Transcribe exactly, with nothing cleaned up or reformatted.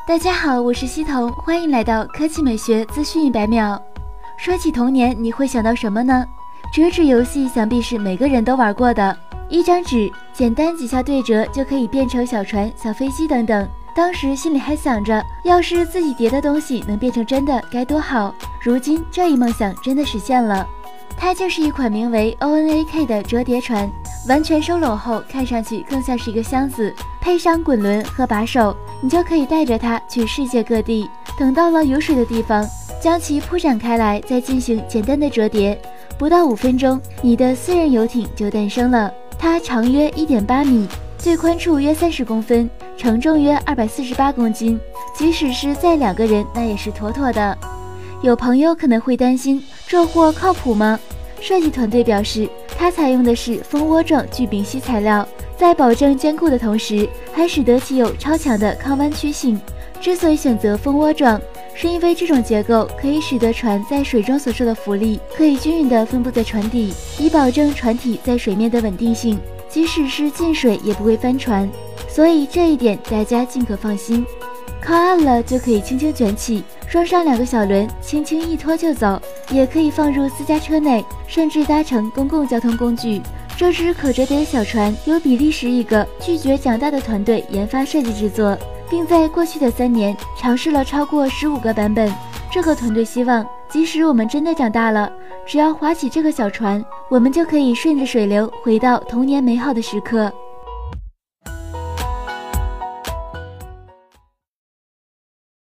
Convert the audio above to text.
大家好，我是西彤，欢迎来到科技美学资讯一百秒。说起童年，你会想到什么呢？折纸游戏想必是每个人都玩过的，一张纸，简单几下对折就可以变成小船、小飞机等等。当时心里还想着，要是自己叠的东西能变成真的，该多好。如今这一梦想真的实现了。它就是一款名为 O N A K 的折叠船，完全收拢后看上去更像是一个箱子，配上滚轮和把手，你就可以带着它去世界各地。等到了有水的地方，将其铺展开来，再进行简单的折叠，不到五分钟，你的私人游艇就诞生了。它长约 一点八米，最宽处约三十公分，承重约二百四十八公斤，即使是载两个人，那也是妥妥的。有朋友可能会担心，这货靠谱吗？设计团队表示，它采用的是蜂窝状聚丙烯材料，在保证坚固的同时，还使得其有超强的抗弯曲性。之所以选择蜂窝状，是因为这种结构可以使得船在水中所受的浮力可以均匀地分布在船底，以保证船体在水面的稳定性，即使是进水也不会翻船。所以这一点大家尽可放心。靠岸了就可以轻轻卷起，装上两个小轮，轻轻一拖就走，也可以放入私家车内，甚至搭乘公共交通工具。这只可折叠的小船由比利时一个拒绝长大的团队研发设计制作，并在过去的三年尝试了超过十五个版本。这个团队希望，即使我们真的长大了，只要划起这个小船，我们就可以顺着水流回到童年美好的时刻。